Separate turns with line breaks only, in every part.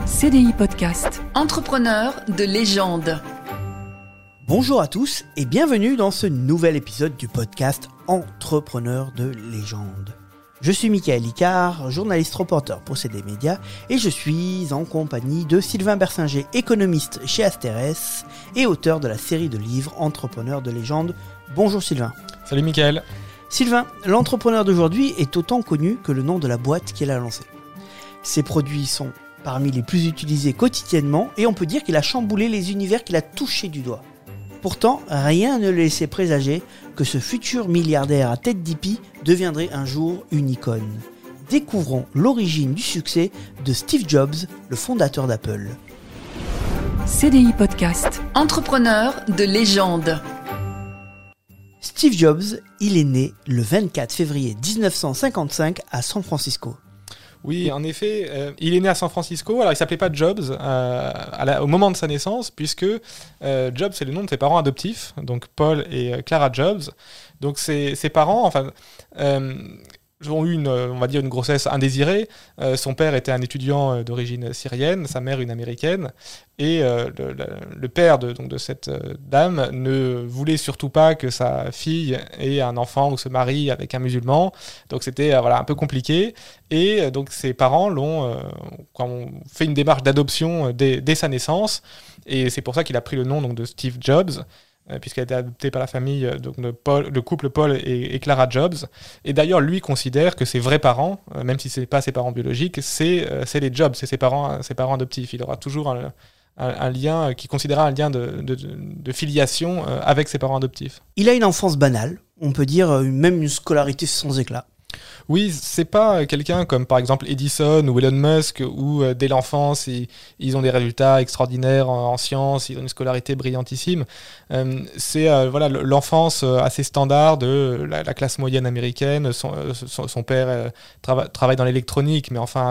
CDI Podcast.
Entrepreneur de légende.
Bonjour à tous et bienvenue dans ce nouvel épisode du podcast Entrepreneur de légende. Je suis Michael Icard, journaliste reporter pour CD Média et je suis en compagnie de Sylvain Bersinger, économiste chez Asterès et auteur de la série de livres Entrepreneur de légende. Bonjour Sylvain.
Salut Michael.
Sylvain, l'entrepreneur d'aujourd'hui est autant connu que le nom de la boîte qu'il a lancée. Ses produits sont parmi les plus utilisés quotidiennement et on peut dire qu'il a chamboulé les univers qu'il a touchés du doigt. Pourtant, rien ne laissait présager que ce futur milliardaire à tête d'hippie deviendrait un jour une icône. Découvrons l'origine du succès de Steve Jobs, le fondateur d'Apple.
CDI Podcast.
Entrepreneur de légende.
Steve Jobs, il est né le 24 février 1955 à San Francisco.
Oui, en effet, il est né à San Francisco. Alors, il s'appelait pas Jobs au moment de sa naissance, puisque Jobs, c'est le nom de ses parents adoptifs, donc Paul et Clara Jobs. Donc, ses parents, ont eu une grossesse indésirée. Son père était un étudiant d'origine syrienne, sa mère une américaine. Et le père de cette dame ne voulait surtout pas que sa fille ait un enfant ou se marie avec un musulman. Donc c'était un peu compliqué. Et donc ses parents ont fait une démarche d'adoption dès sa naissance. Et c'est pour ça qu'il a pris le nom de Steve Jobs, puisqu'elle a été adoptée par la famille le couple Paul et Clara Jobs. Et d'ailleurs, lui considère que ses vrais parents, même si ce n'est pas ses parents biologiques, c'est les Jobs, c'est ses parents adoptifs. Il aura toujours un lien qui considérera un lien de filiation avec ses parents adoptifs.
Il a une enfance banale, on peut dire même une scolarité sans éclat.
Oui, c'est pas quelqu'un comme par exemple Edison ou Elon Musk où dès l'enfance ils ont des résultats extraordinaires en sciences, ils ont une scolarité brillantissime. C'est l'enfance assez standard de la classe moyenne américaine. Son père travaille dans l'électronique, mais enfin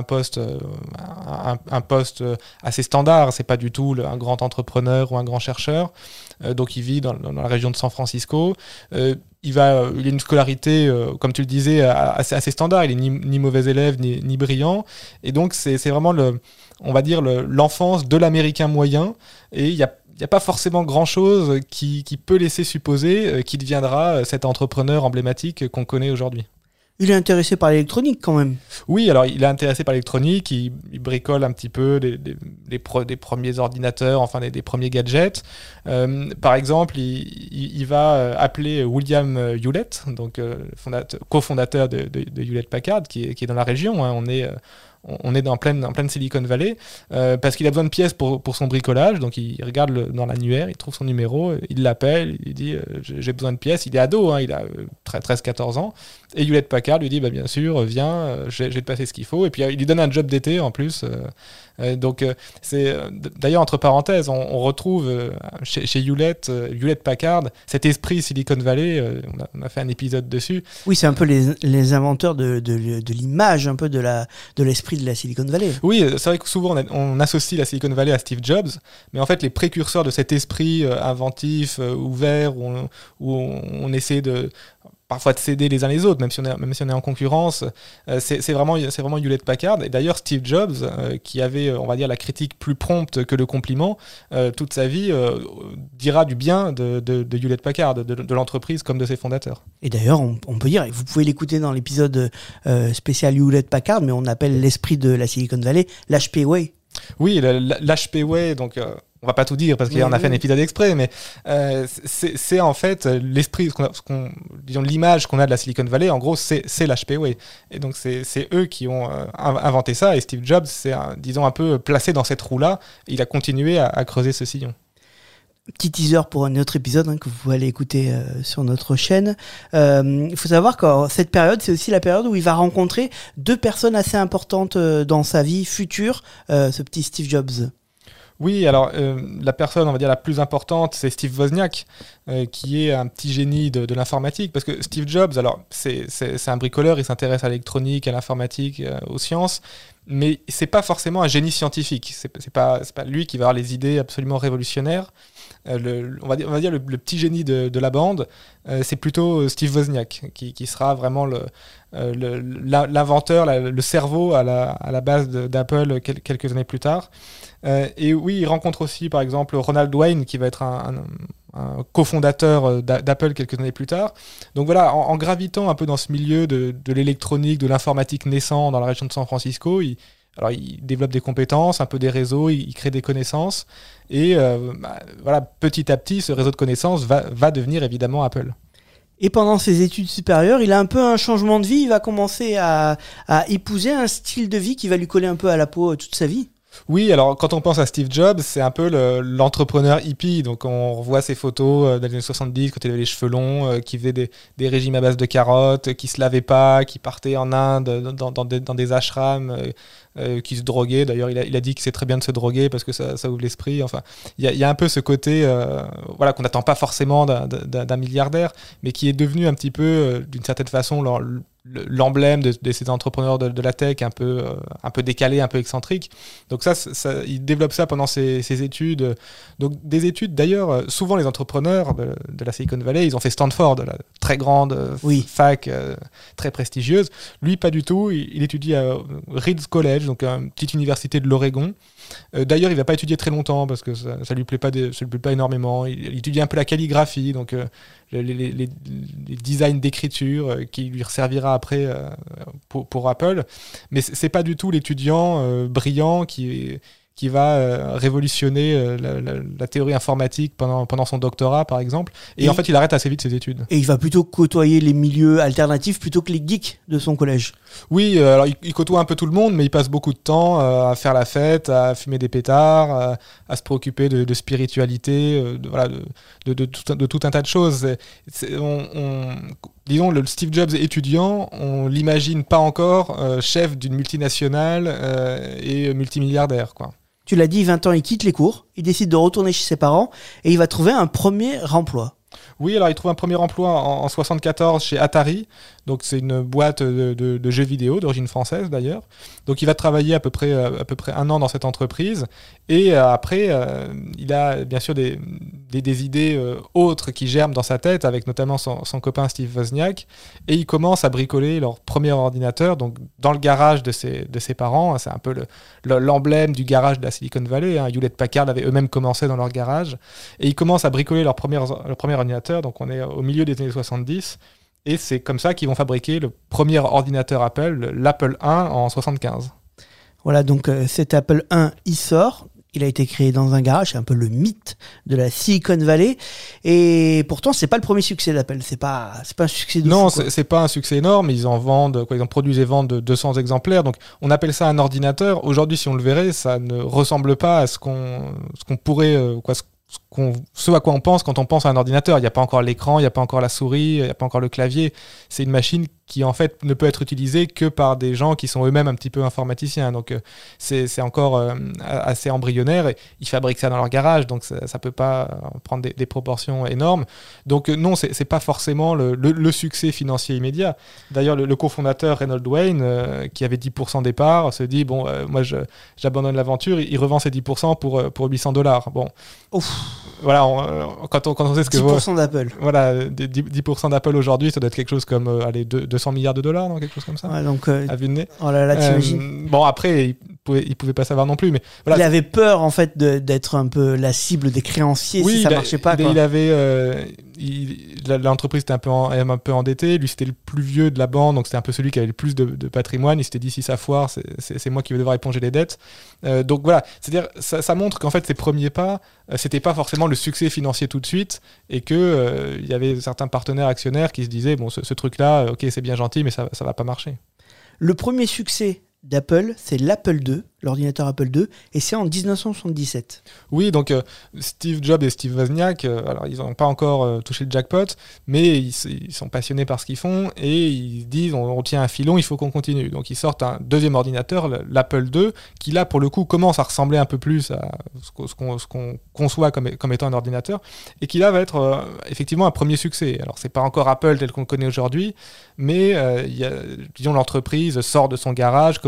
un poste assez standard. C'est pas du tout un grand entrepreneur ou un grand chercheur. Donc il vit dans la région de San Francisco. Il a une scolarité, comme tu le disais, assez standard. Il est ni mauvais élève, ni brillant. Et donc, c'est vraiment, l'enfance de l'Américain moyen. Et il n'y a pas forcément grand-chose qui peut laisser supposer qu'il deviendra cet entrepreneur emblématique qu'on connaît aujourd'hui.
Il est intéressé par l'électronique quand même.
Oui, alors il est intéressé par l'électronique, il bricole un petit peu des premiers ordinateurs, des premiers gadgets. Par exemple, il va appeler William Hewlett, donc cofondateur de Hewlett Packard, qui est dans la région. On est en pleine Silicon Valley, parce qu'il a besoin de pièces pour son bricolage. Donc il regarde dans l'annuaire, il trouve son numéro, il l'appelle, il dit j'ai besoin de pièces. Il est ado, il a 13-14 ans. Et Hewlett Packard lui dit bien sûr, viens, je vais te passer ce qu'il faut. Et puis il lui donne un job d'été en plus. C'est d'ailleurs, entre parenthèses, on retrouve chez Hewlett Packard cet esprit Silicon Valley. On a fait un épisode dessus.
Oui, c'est un peu les inventeurs de l'image, un peu de l'esprit de la Silicon Valley.
Oui, c'est vrai que souvent on associe la Silicon Valley à Steve Jobs, mais en fait les précurseurs de cet esprit inventif, ouvert, où on essaie parfois de s'aider les uns les autres, même si on est en concurrence, c'est vraiment Hewlett Packard. Et d'ailleurs, Steve Jobs, qui avait, la critique plus prompte que le compliment, toute sa vie, dira du bien de Hewlett Packard, de l'entreprise comme de ses fondateurs.
Et d'ailleurs, on peut dire, vous pouvez l'écouter dans l'épisode spécial Hewlett Packard, mais on appelle l'esprit de la Silicon Valley l'HP Way.
Oui, l'HP Way, donc... on va pas tout dire parce qu'on a fait un épisode exprès, mais c'est en fait l'esprit, l'image qu'on a de la Silicon Valley, en gros, c'est l'HP Way. Et donc, c'est eux qui ont inventé ça, et Steve Jobs, c'est un peu placé dans cette roue-là. Il a continué à creuser ce sillon.
Petit teaser pour un autre épisode que vous pouvez aller écouter sur notre chaîne. Il faut savoir que cette période, c'est aussi la période où il va rencontrer deux personnes assez importantes dans sa vie future, ce petit Steve Jobs.
Oui, alors la personne, la plus importante, c'est Steve Wozniak, qui est un petit génie de l'informatique, parce que Steve Jobs, alors c'est un bricoleur, il s'intéresse à l'électronique, à l'informatique, aux sciences, mais c'est pas forcément un génie scientifique. C'est pas lui qui va avoir les idées absolument révolutionnaires. on va dire le petit génie de la bande, c'est plutôt Steve Wozniak qui sera vraiment l'inventeur, le cerveau à la base d'Apple quelques années plus tard. Et oui, il rencontre aussi par exemple Ronald Wayne qui va être un cofondateur d'Apple quelques années plus tard. Donc voilà, en gravitant un peu dans ce milieu de l'électronique, de l'informatique naissant dans la région de San Francisco, il développe des compétences, un peu des réseaux, il crée des connaissances. Et voilà, petit à petit, ce réseau de connaissances va devenir évidemment Apple.
Et pendant ses études supérieures, il a un peu un changement de vie. Il va commencer à épouser un style de vie qui va lui coller un peu à la peau toute sa vie.
Oui, alors quand on pense à Steve Jobs, c'est un peu l'entrepreneur hippie. Donc on revoit ses photos des années 70 quand il avait les cheveux longs, qui faisait des régimes à base de carottes, qui se lavait pas, qui partait en Inde dans des ashrams, qui se droguait. D'ailleurs, il a dit que c'est très bien de se droguer parce que ça ouvre l'esprit. Enfin, il y a un peu ce côté voilà, qu'on n'attend pas forcément d'un milliardaire, mais qui est devenu un petit peu, d'une certaine façon, l'emblème de ces entrepreneurs de la tech un peu décalés, un peu excentriques. Donc ça, il développe ça pendant ses études. Donc des études, d'ailleurs, souvent les entrepreneurs de la Silicon Valley, ils ont fait Stanford, la très grande fac, très prestigieuse. Lui, pas du tout. Il étudie à Reed College, donc une petite université de l'Oregon. D'ailleurs, il va pas étudier très longtemps parce que ça lui plaît pas énormément. Il étudie un peu la calligraphie, donc les designs d'écriture qui lui servira après pour Apple. Mais c'est pas du tout l'étudiant brillant qui va révolutionner la théorie informatique pendant son doctorat, par exemple. Et en fait, il arrête assez vite ses études.
Et il va plutôt côtoyer les milieux alternatifs plutôt que les geeks de son collège.
Oui, alors il côtoie un peu tout le monde, mais il passe beaucoup de temps à faire la fête, à fumer des pétards, à se préoccuper de spiritualité, de tout un tas de choses. Disons, le Steve Jobs étudiant, on l'imagine pas encore chef d'une multinationale et multimilliardaire, quoi.
Tu l'as dit, 20 ans, il quitte les cours, il décide de retourner chez ses parents et il va trouver un premier emploi.
Oui, alors il trouve un premier emploi en 74 chez Atari. Donc c'est une boîte de jeux vidéo d'origine française d'ailleurs. Donc il va travailler à peu près 1 an dans cette entreprise. Et après, il a bien sûr des idées autres qui germent dans sa tête, avec notamment son copain Steve Wozniak. Et il commence à bricoler leur premier ordinateur, donc dans le garage de ses parents. C'est un peu l'emblème du garage de la Silicon Valley. Hewlett-Packard avait eux-mêmes commencé dans leur garage. Et ils commencent à bricoler leur premier ordinateur. Donc on est au milieu des années 70. Et c'est comme ça qu'ils vont fabriquer le premier ordinateur Apple, l'Apple I, en 75.
Voilà, donc cet Apple I, il sort. Il a été créé dans un garage, c'est un peu le mythe de la Silicon Valley. Et pourtant, c'est pas le premier succès d'Apple. C'est pas un succès de
non,
fou. Non,
c'est pas un succès énorme. Ils en vendent, ils en produisent et vendent 200 exemplaires. Donc, on appelle ça un ordinateur. Aujourd'hui, si on le verrait, ça ne ressemble pas à ce qu'on pourrait, ce à quoi on pense quand on pense à un ordinateur. Il n'y a pas encore l'écran, il n'y a pas encore la souris, il n'y a pas encore le clavier. C'est une machine qui en fait ne peut être utilisée que par des gens qui sont eux-mêmes un petit peu informaticiens. Donc c'est encore assez embryonnaire. Et ils fabriquent ça dans leur garage, donc ça peut pas prendre des proportions énormes. Donc non, c'est pas forcément le succès financier immédiat. D'ailleurs, le cofondateur Ronald Wayne, qui avait 10% départ, se dit bon, moi j'abandonne l'aventure. Il revend ses 10% pour $800. Bon. Ouf. Voilà, quand on sait ce que
10% d'Apple.
Voilà, 10% d'Apple aujourd'hui, ça doit être quelque chose comme 200 milliards de dollars, non, quelque chose comme ça.
Ouais, donc,
à vue de nez.
Oh là là, t'imagines.
Bon, après, il pouvait pas savoir non plus, mais voilà.
Il avait peur en fait d'être un peu la cible des créanciers si ça marchait pas.
Il avait, l'entreprise était un peu endettée. Lui, c'était le plus vieux de la bande, donc c'était un peu celui qui avait le plus de patrimoine. Il s'était dit si ça foire, c'est moi qui vais devoir éponger les dettes. Donc voilà, c'est-à-dire ça montre qu'en fait ses premiers pas, c'était pas forcément le succès financier tout de suite, et que il y avait certains partenaires actionnaires qui se disaient bon, ce truc-là, ok, c'est bien gentil, mais ça va pas marcher.
Le premier succès d'Apple, c'est l'Apple II, l'ordinateur Apple II, et c'est en 1977.
Oui, donc Steve Jobs et Steve Wozniak, alors ils n'ont pas encore touché le jackpot, mais ils sont passionnés par ce qu'ils font, et ils disent on tient un filon, il faut qu'on continue. Donc ils sortent un deuxième ordinateur, l'Apple II, qui là pour le coup commence à ressembler un peu plus à ce qu'on conçoit comme étant un ordinateur, et qui là va être effectivement un premier succès. Alors c'est pas encore Apple tel qu'on le connaît aujourd'hui, mais disons l'entreprise sort de son garage, commence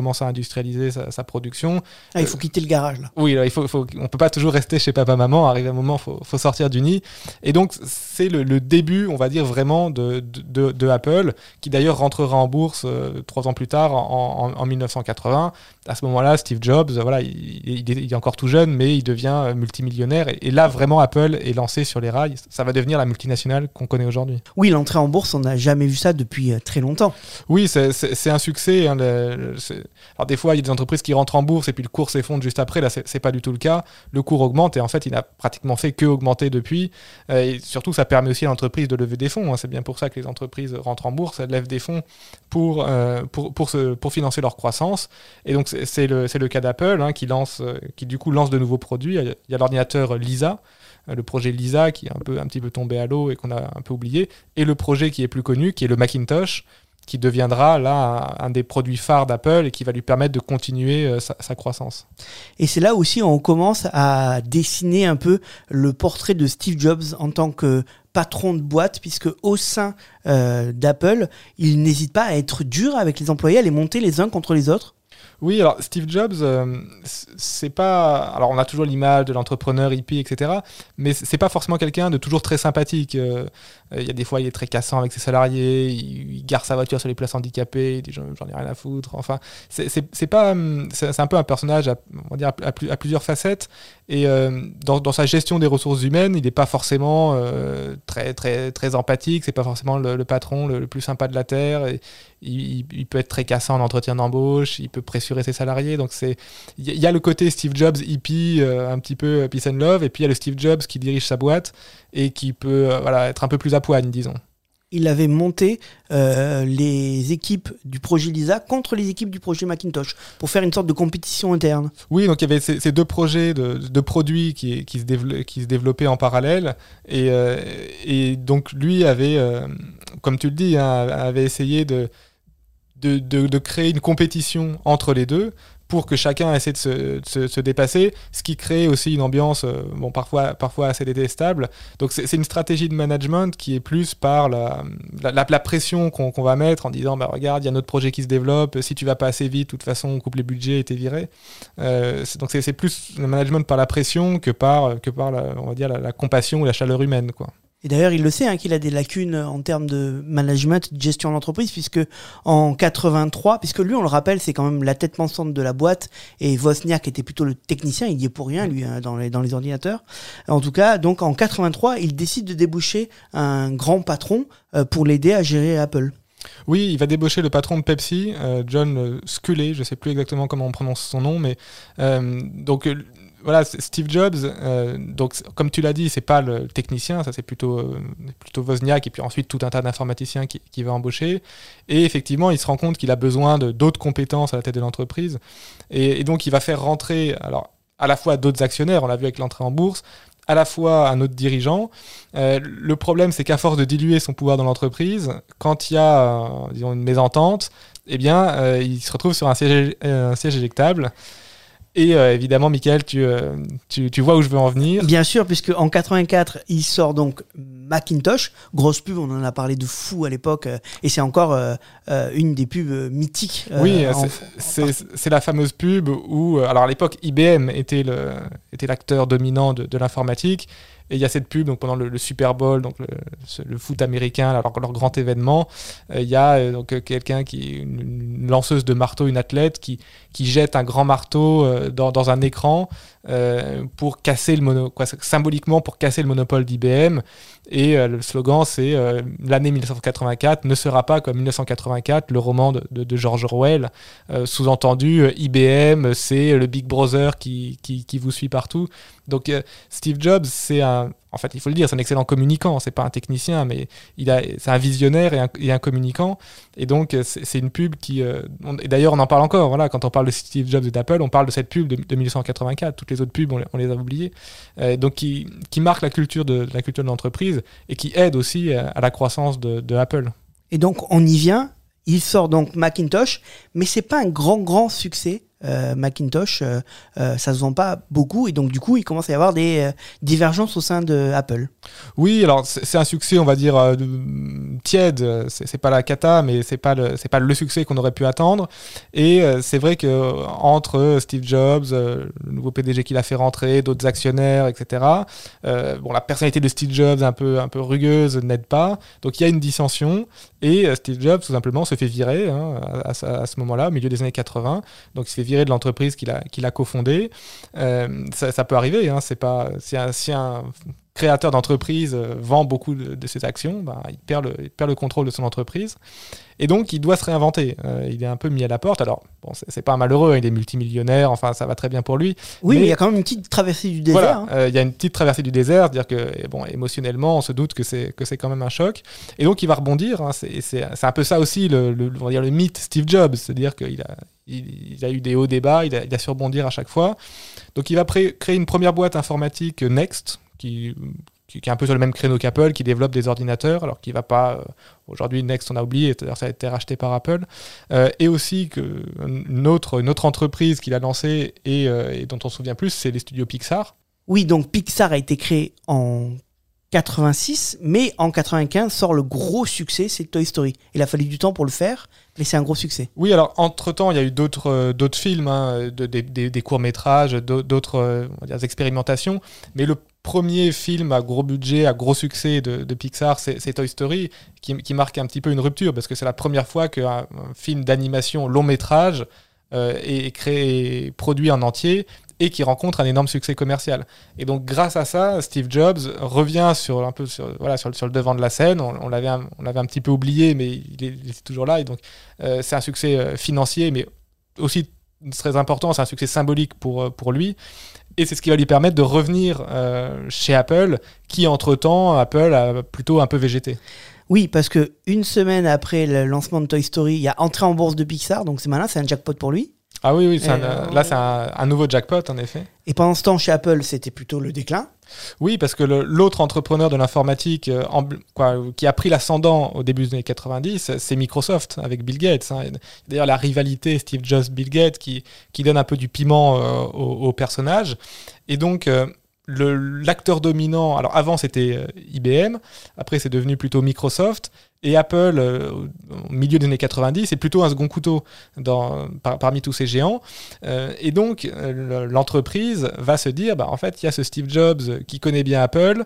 commence à industrialiser sa production.
Ah, il faut quitter le garage, là.
Oui, là, on peut pas toujours rester chez papa-maman. Arrive un moment, faut sortir du nid. Et donc, c'est le début, on va dire, vraiment de Apple, qui d'ailleurs rentrera en bourse 3 ans plus tard, en 1980. À ce moment-là, Steve Jobs, voilà, il est encore tout jeune, mais il devient multimillionnaire. Et là, vraiment, Apple est lancé sur les rails. Ça va devenir la multinationale qu'on connaît aujourd'hui.
Oui, l'entrée en bourse, on n'a jamais vu ça depuis très longtemps.
Oui, c'est un succès. Hein, alors des fois, il y a des entreprises qui rentrent en bourse et puis le cours s'effondre juste après. Là, c'est pas du tout le cas. Le cours augmente et en fait, il n'a pratiquement fait que augmenter depuis. Et surtout, ça permet aussi à l'entreprise de lever des fonds. Hein. C'est bien pour ça que les entreprises rentrent en bourse. Elles lèvent des fonds pour financer leur croissance. Et donc, c'est le cas d'Apple, hein, qui du coup lance de nouveaux produits. Il y a l'ordinateur Lisa, le projet Lisa qui est un petit peu tombé à l'eau et qu'on a un peu oublié, et le projet qui est plus connu, qui est le Macintosh, qui deviendra là un des produits phares d'Apple et qui va lui permettre de continuer sa croissance.
Et c'est là aussi où on commence à dessiner un peu le portrait de Steve Jobs en tant que patron de boîte, puisque au sein d'Apple, il n'hésite pas à être dur avec les employés, à les monter les uns contre les autres.
Oui, alors Steve Jobs, c'est pas... Alors on a toujours l'image de l'entrepreneur hippie, etc. Mais c'est pas forcément quelqu'un de toujours très sympathique. Il y a des fois, il est très cassant avec ses salariés, il gare sa voiture sur les places handicapées, il dit j'en ai rien à foutre. Enfin, c'est un peu un personnage on va dire, à plusieurs facettes. Et dans sa gestion des ressources humaines, il n'est pas forcément très, très, très empathique, c'est pas forcément le patron le plus sympa de la Terre. Et il peut être très cassant en entretien d'embauche, il peut pressurer ses salariés. Donc il y a le côté Steve Jobs hippie, un petit peu peace and love, et puis il y a le Steve Jobs qui dirige sa boîte et qui peut être un peu plus à poigne, disons.
Il avait monté les équipes du projet Lisa contre les équipes du projet Macintosh pour faire une sorte de compétition interne.
Oui, donc il y avait ces deux projets de produits qui se développaient en parallèle. Et donc lui avait, comme tu le dis, hein, avait essayé de créer une compétition entre les deux pour que chacun essaie de se dépasser, ce qui crée aussi une ambiance parfois assez détestable. Donc c'est une stratégie de management qui est plus par la pression qu'on va mettre en disant regarde, il y a notre projet qui se développe, si tu vas pas assez vite, de toute façon on coupe les budgets et t'es viré. Donc c'est plus le management par la pression que par on va dire la compassion ou la chaleur humaine, quoi.
Et d'ailleurs, il le sait, hein, qu'il a des lacunes en termes de management, de gestion d'entreprise, puisque en 83, puisque lui, on le rappelle, c'est quand même la tête pensante de la boîte, et Wozniak était plutôt le technicien, il y est pour rien, lui, hein, dans les ordinateurs. En tout cas, donc en 83, il décide de débaucher un grand patron pour l'aider à gérer Apple.
Oui, il va débaucher le patron de Pepsi, John Sculley, je ne sais plus exactement comment on prononce son nom, mais voilà, Steve Jobs, donc comme tu l'as dit, c'est pas le technicien, ça c'est plutôt Wozniak et puis ensuite tout un tas d'informaticiens qui va embaucher. Et effectivement, il se rend compte qu'il a besoin d'autres compétences à la tête de l'entreprise. Et donc il va faire rentrer, alors à la fois d'autres actionnaires, on l'a vu avec l'entrée en bourse, à la fois un autre dirigeant. Le problème, c'est qu'à force de diluer son pouvoir dans l'entreprise, quand il y a disons une mésentente, eh bien, il se retrouve sur un siège éjectable. Et évidemment, Michael, tu vois où je veux en venir.
Bien sûr, puisque en 84, il sort donc Macintosh, grosse pub, on en a parlé de fou à l'époque, et c'est encore une des pubs mythiques.
Oui, c'est la fameuse pub où, alors à l'époque, IBM était l'acteur dominant de l'informatique. Et il y a cette pub donc pendant le Super Bowl, donc le foot américain, leur grand événement. Il y a donc quelqu'un une lanceuse de marteau, une athlète qui jette un grand marteau dans un écran pour casser symboliquement pour casser le monopole d'IBM. Et le slogan, c'est l'année 1984 ne sera pas comme 1984, le roman de George Orwell. Sous-entendu, IBM, c'est le Big Brother qui vous suit partout. Donc Steve Jobs, en fait, il faut le dire, c'est un excellent communicant. C'est pas un technicien, mais c'est un visionnaire et un communicant. Et donc, c'est une pub qui... et d'ailleurs, on en parle encore. Voilà, quand on parle de Steve Jobs et d'Apple, on parle de cette pub de 1984. Toutes les autres pubs, on les a oubliées. Donc, qui marque la culture de l'entreprise et qui aide aussi à la croissance de Apple.
Et donc, on y vient. Il sort donc Macintosh, mais c'est pas un grand succès Macintosh, ça se vend pas beaucoup et donc du coup il commence à y avoir des divergences au sein de Apple.
Oui, alors c'est un succès, on va dire tiède. C'est pas la cata, mais c'est pas le succès qu'on aurait pu attendre. Et c'est vrai que entre Steve Jobs, le nouveau PDG qui l'a fait rentrer, d'autres actionnaires, etc. La personnalité de Steve Jobs un peu rugueuse n'aide pas. Donc il y a une dissension et Steve Jobs tout simplement se fait virer à ce moment-là, au milieu des années 80. Donc il se fait virer de l'entreprise qu'il a cofondée. Ça peut arriver. Si un créateur d'entreprise vend beaucoup de ses actions, il perd le contrôle de son entreprise. Et donc, il doit se réinventer. Il est un peu mis à la porte. Alors, bon, c'est pas un malheureux, il est multimillionnaire, enfin, ça va très bien pour lui.
Oui, mais il y a quand même une petite traversée du désert.
Voilà, il y a une petite traversée du désert, c'est-à-dire que, bon, émotionnellement, on se doute que c'est quand même un choc. Et donc, il va rebondir. C'est un peu ça aussi, on va dire le mythe Steve Jobs. C'est-à-dire qu'il a eu des hauts, des bas, il a su rebondir à chaque fois. Donc, il va créer une première boîte informatique, Next, qui est un peu sur le même créneau qu'Apple, qui développe des ordinateurs, alors qu'il ne va pas... aujourd'hui, Next, on a oublié, c'est-à-dire ça a été racheté par Apple. Et aussi une autre entreprise qu'il a lancée et dont on se souvient plus, c'est les studios Pixar.
Oui, donc Pixar a été créé en 86, mais en 95 sort le gros succès, c'est Toy Story. Il a fallu du temps pour le faire, mais c'est un gros succès.
Oui, alors entre-temps, il y a eu d'autres films, des courts-métrages, d'autres on va dire, expérimentations, mais le premier film à gros budget, à gros succès de Pixar, c'est Toy Story, qui marque un petit peu une rupture, parce que c'est la première fois qu'un film d'animation long-métrage est créé, produit en entier, et qui rencontre un énorme succès commercial. Et donc, grâce à ça, Steve Jobs revient sur le devant de la scène. On l'avait un petit peu oublié, mais il est toujours là. Et donc, c'est un succès financier, mais aussi très important, c'est un succès symbolique pour lui. Et c'est ce qui va lui permettre de revenir chez Apple, qui, entre-temps, Apple a plutôt un peu végété.
Oui, parce que une semaine après le lancement de Toy Story, il y a entrée en bourse de Pixar, donc c'est malin, c'est un jackpot pour lui.
Ah oui, là c'est un nouveau jackpot en effet.
Et pendant ce temps, chez Apple, c'était plutôt le déclin.
Oui, parce que l'autre entrepreneur de l'informatique qui a pris l'ascendant au début des années 90, c'est Microsoft avec Bill Gates. D'ailleurs, la rivalité Steve Jobs-Bill Gates qui donne un peu du piment au personnage. Et donc... l'acteur dominant, alors avant c'était IBM, après c'est devenu plutôt Microsoft, et Apple, au milieu des années 90, c'est plutôt un second couteau parmi tous ces géants. Et donc l'entreprise va se dire, en fait il y a ce Steve Jobs qui connaît bien Apple,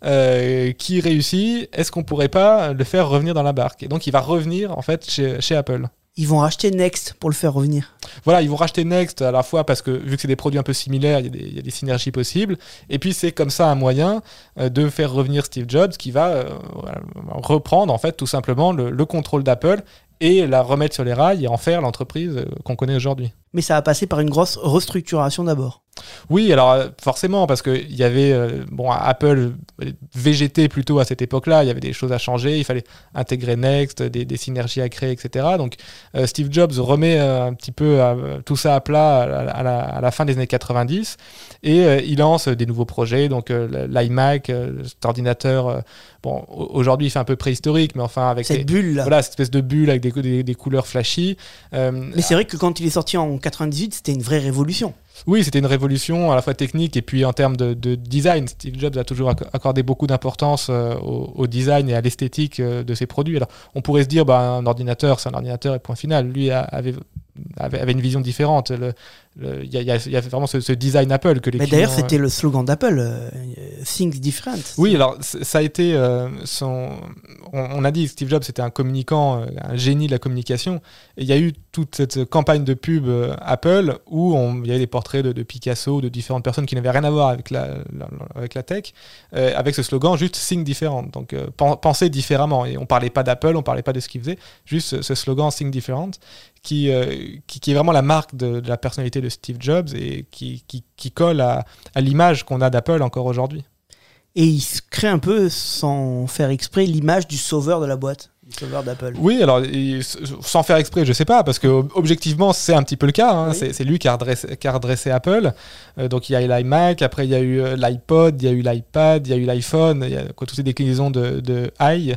qui réussit, est-ce qu'on pourrait pas le faire revenir dans la barque? Et donc il va revenir en fait chez Apple.
Ils vont racheter Next pour le faire revenir.
Voilà, ils vont racheter Next à la fois parce que vu que c'est des produits un peu similaires, il y a des synergies possibles. Et puis c'est comme ça un moyen de faire revenir Steve Jobs qui va reprendre en fait tout simplement le contrôle d'Apple et la remettre sur les rails et en faire l'entreprise qu'on connaît aujourd'hui.
Mais ça va passer par une grosse restructuration d'abord.
Oui, alors forcément, parce qu'il y avait Apple végétait plutôt à cette époque-là, il y avait des choses à changer, il fallait intégrer Next, des synergies à créer, etc. Donc Steve Jobs remet un petit peu tout ça à plat à la fin des années 90 et il lance des nouveaux projets, donc l'iMac, cet ordinateur, aujourd'hui il fait un peu préhistorique, mais enfin avec
cette bulle là.
Voilà, cette espèce de bulle avec des couleurs flashy.
Mais c'est vrai que quand il est sorti en 98, c'était une vraie révolution.
Oui, c'était une révolution à la fois technique et puis en termes de design. Steve Jobs a toujours accordé beaucoup d'importance au design et à l'esthétique de ses produits. Alors, on pourrait se dire, un ordinateur, c'est un ordinateur et point final. Lui avait une vision différente. Il y a vraiment ce design Apple que les clients...
D'ailleurs, c'était le slogan d'Apple, Things Different.
Oui, alors ça a été on a dit que Steve Jobs était un communicant, un génie de la communication. Et il y a eu toute cette campagne de pub Apple où il y avait des portraits de Picasso, de différentes personnes qui n'avaient rien à voir avec la tech, avec ce slogan juste Think Different. Donc penser différemment. Et on parlait pas d'Apple, on parlait pas de ce qu'il faisait, juste ce slogan Think Different qui est vraiment la marque de la personnalité de Steve Jobs et qui colle à l'image qu'on a d'Apple encore aujourd'hui.
Et il se crée un peu, sans faire exprès, l'image du sauveur de la boîte, du sauveur d'Apple.
Oui, alors sans faire exprès, je sais pas, parce que objectivement c'est un petit peu le cas. Oui. C'est lui qui a redressé Apple. Donc il y a eu l'iMac, après il y a eu l'iPod, il y a eu l'iPad, il y a eu l'iPhone, il y a toutes ces déclinaisons de i.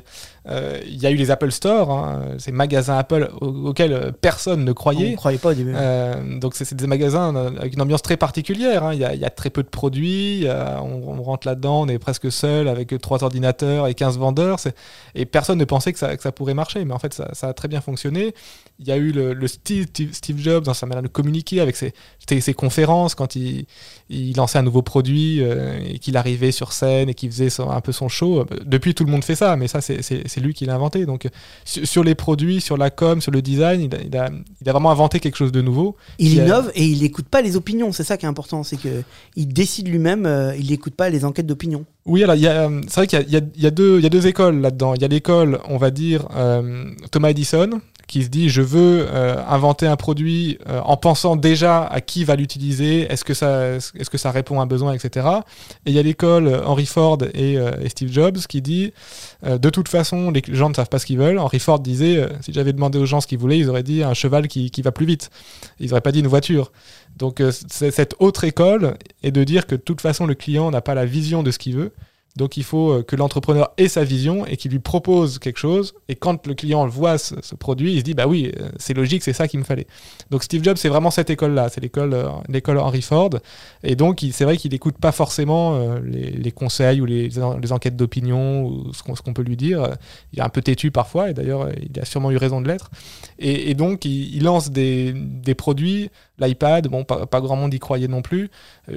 il y a eu les Apple Store, ces magasins Apple auxquels personne ne croyait.
On ne croyait pas au début.
Donc c'est des magasins avec une ambiance très particulière. Il y a très peu de produits, on rentre là-dedans, on est presque seul avec 3 ordinateurs et 15 vendeurs. Et personne ne pensait que ça pourrait marcher, mais en fait ça a très bien fonctionné. Il y a eu le Steve Jobs dans sa manière de communiquer avec ses conférences quand il lançait un nouveau produit et qu'il arrivait sur scène et qu'il faisait un peu son show. Depuis, tout le monde fait ça, mais ça, c'est lui qui l'a inventé. Donc, sur les produits, sur la com, sur le design, il a vraiment inventé quelque chose de nouveau.
Il innove et il n'écoute pas les opinions. C'est ça qui est important, c'est qu'il décide lui-même, il n'écoute pas les enquêtes d'opinion.
Oui, alors c'est vrai qu'il y a deux écoles là-dedans. Il y a l'école, on va dire, Thomas Edison, qui se dit je veux inventer un produit en pensant déjà à qui va l'utiliser, est-ce que ça répond à un besoin, etc. Et il y a l'école Henry Ford et Steve Jobs qui dit de toute façon les gens ne savent pas ce qu'ils veulent. Henry Ford disait si j'avais demandé aux gens ce qu'ils voulaient, ils auraient dit un cheval qui va plus vite. Ils n'auraient pas dit une voiture. Donc cette autre école est de dire que de toute façon le client n'a pas la vision de ce qu'il veut. Donc il faut que l'entrepreneur ait sa vision et qu'il lui propose quelque chose. Et quand le client voit ce produit, il se dit bah oui, c'est logique, c'est ça qu'il me fallait. Donc Steve Jobs, c'est vraiment cette école-là, c'est l'école Henry Ford. Et donc c'est vrai qu'il n'écoute pas forcément les conseils ou les enquêtes d'opinion ou ce qu'on peut lui dire. Il est un peu têtu parfois, et d'ailleurs il a sûrement eu raison de l'être. Et donc il lance des produits. L'iPad, bon, pas grand monde y croyait non plus.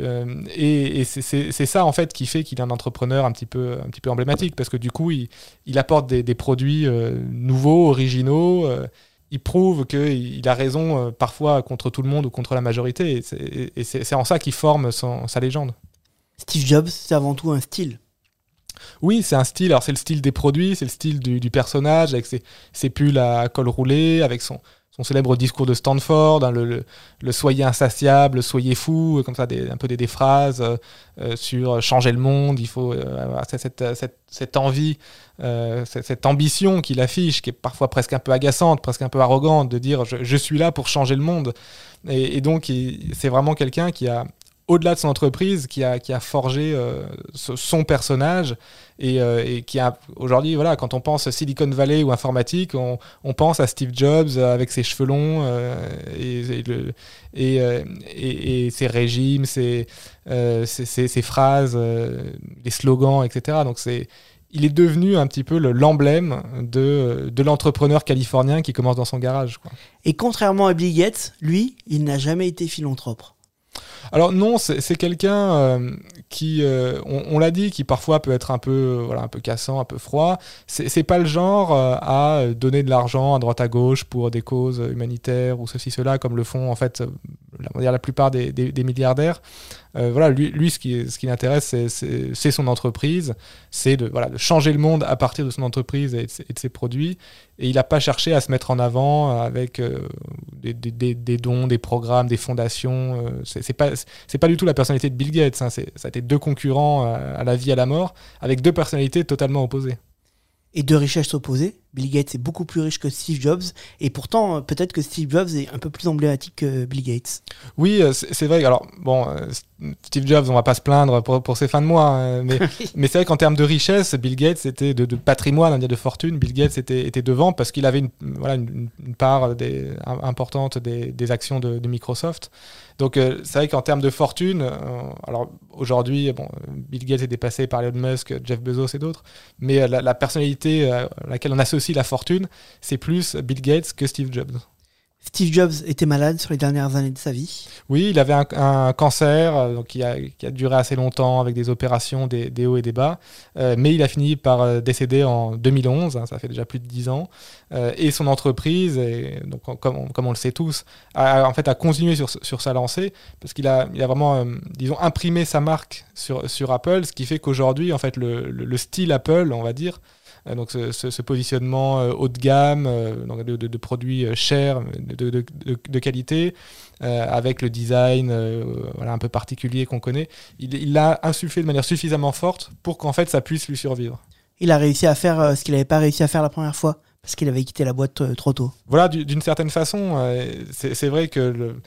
Et c'est ça, en fait, qui fait qu'il est un entrepreneur un petit peu emblématique, parce que du coup, il apporte des produits nouveaux, originaux. Il prouve qu'il a raison, parfois, contre tout le monde ou contre la majorité. Et c'est en ça qu'il forme sa légende.
Steve Jobs, c'est avant tout un style.
Oui, c'est un style. Alors, c'est le style des produits, c'est le style du personnage, avec ses pulls à col roulé, avec son célèbre discours de Stanford, le soyez insatiable, soyez fou, comme ça, un peu des phrases sur changer le monde. Il faut avoir cette envie, cette ambition qu'il affiche, qui est parfois presque un peu agaçante, presque un peu arrogante, de dire je suis là pour changer le monde. Et donc, c'est vraiment quelqu'un qui a, au-delà de son entreprise, qui a forgé son personnage et qui a aujourd'hui, voilà, quand on pense Silicon Valley ou informatique, on pense à Steve Jobs avec ses cheveux longs et ses régimes, ses phrases, les slogans, etc. Donc il est devenu un petit peu l'emblème de l'entrepreneur californien qui commence dans son garage, quoi.
Et contrairement à Bill Gates, lui, il n'a jamais été philanthrope.
Alors non, c'est quelqu'un qui, on l'a dit, qui parfois peut être un peu cassant, un peu froid. C'est pas le genre à donner de l'argent à droite à gauche pour des causes humanitaires ou ceci, cela, comme le font en fait la plupart des milliardaires. Lui, ce qui l'intéresse, c'est son entreprise, c'est de changer le monde à partir de son entreprise et de ses produits. Et il n'a pas cherché à se mettre en avant avec des dons, des programmes, des fondations. C'est pas du tout la personnalité de Bill Gates. Hein. Ça a été 2 concurrents à la vie et à la mort, avec 2 personnalités totalement opposées.
Et 2 richesses opposées. Bill Gates est beaucoup plus riche que Steve Jobs, et pourtant peut-être que Steve Jobs est un peu plus emblématique que Bill Gates.
Oui, c'est vrai. Alors bon, Steve Jobs, on va pas se plaindre pour ses fins de mois, hein, mais c'est vrai qu'en termes de richesse, Bill Gates était de patrimoine, de fortune. Bill Gates était devant parce qu'il avait une part importante des actions de Microsoft. Donc c'est vrai qu'en termes de fortune, alors aujourd'hui, Bill Gates est dépassé par Elon Musk, Jeff Bezos et d'autres, mais la personnalité à laquelle on associe la fortune, c'est plus Bill Gates que Steve Jobs.
Steve Jobs était malade sur les dernières années de sa vie.
Oui, il avait un cancer donc qui a duré assez longtemps avec des opérations, des hauts et des bas, mais il a fini par décéder en 2011, ça fait déjà plus de 10 ans, et son entreprise, donc, comme on le sait tous, a continué sur sa lancée, parce qu'il a vraiment imprimé sa marque sur Apple, ce qui fait qu'aujourd'hui, en fait, le style Apple, on va dire, donc ce positionnement haut de gamme, donc de produits chers, de qualité, avec le design un peu particulier qu'on connaît, il l'a insufflé de manière suffisamment forte pour qu'en fait ça puisse lui survivre.
Il a réussi à faire ce qu'il n'avait pas réussi à faire la première fois, parce qu'il avait quitté la boîte trop tôt.
Voilà, d'une certaine façon, c'est vrai que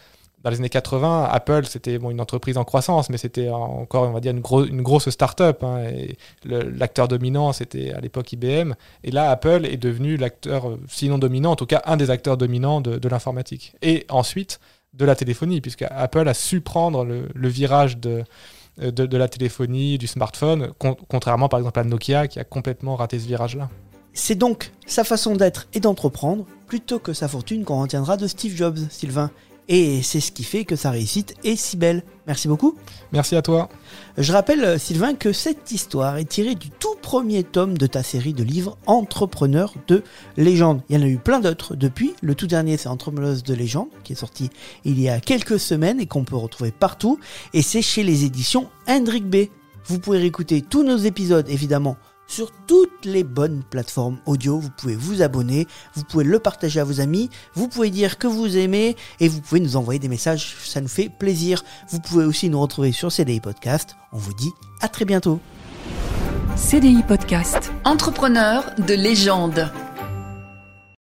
Dans les années 80, Apple, c'était une entreprise en croissance, mais c'était encore, on va dire, une grosse start-up. Hein, et l'acteur dominant, c'était à l'époque IBM. Et là, Apple est devenu l'acteur, sinon dominant, en tout cas un des acteurs dominants de l'informatique. Et ensuite, de la téléphonie, puisque Apple a su prendre le virage de la téléphonie, du smartphone, contrairement par exemple à Nokia, qui a complètement raté ce virage-là.
C'est donc sa façon d'être et d'entreprendre, plutôt que sa fortune qu'on retiendra de Steve Jobs, Sylvain. Et c'est ce qui fait que sa réussite est si belle. Merci beaucoup.
Merci à toi.
Je rappelle, Sylvain, que cette histoire est tirée du tout premier tome de ta série de livres Entrepreneurs de légende. Il y en a eu plein d'autres depuis. Le tout dernier, c'est Entrepreneurs de légende, qui est sorti il y a quelques semaines et qu'on peut retrouver partout. Et c'est chez les éditions Hendrik B. Vous pouvez réécouter tous nos épisodes, évidemment, sur toutes les bonnes plateformes audio. Vous pouvez vous abonner, vous pouvez le partager à vos amis, vous pouvez dire que vous aimez et vous pouvez nous envoyer des messages, ça nous fait plaisir. Vous pouvez aussi nous retrouver sur CDI Podcast. On vous dit à très bientôt.
CDI Podcast.
Entrepreneurs de légende.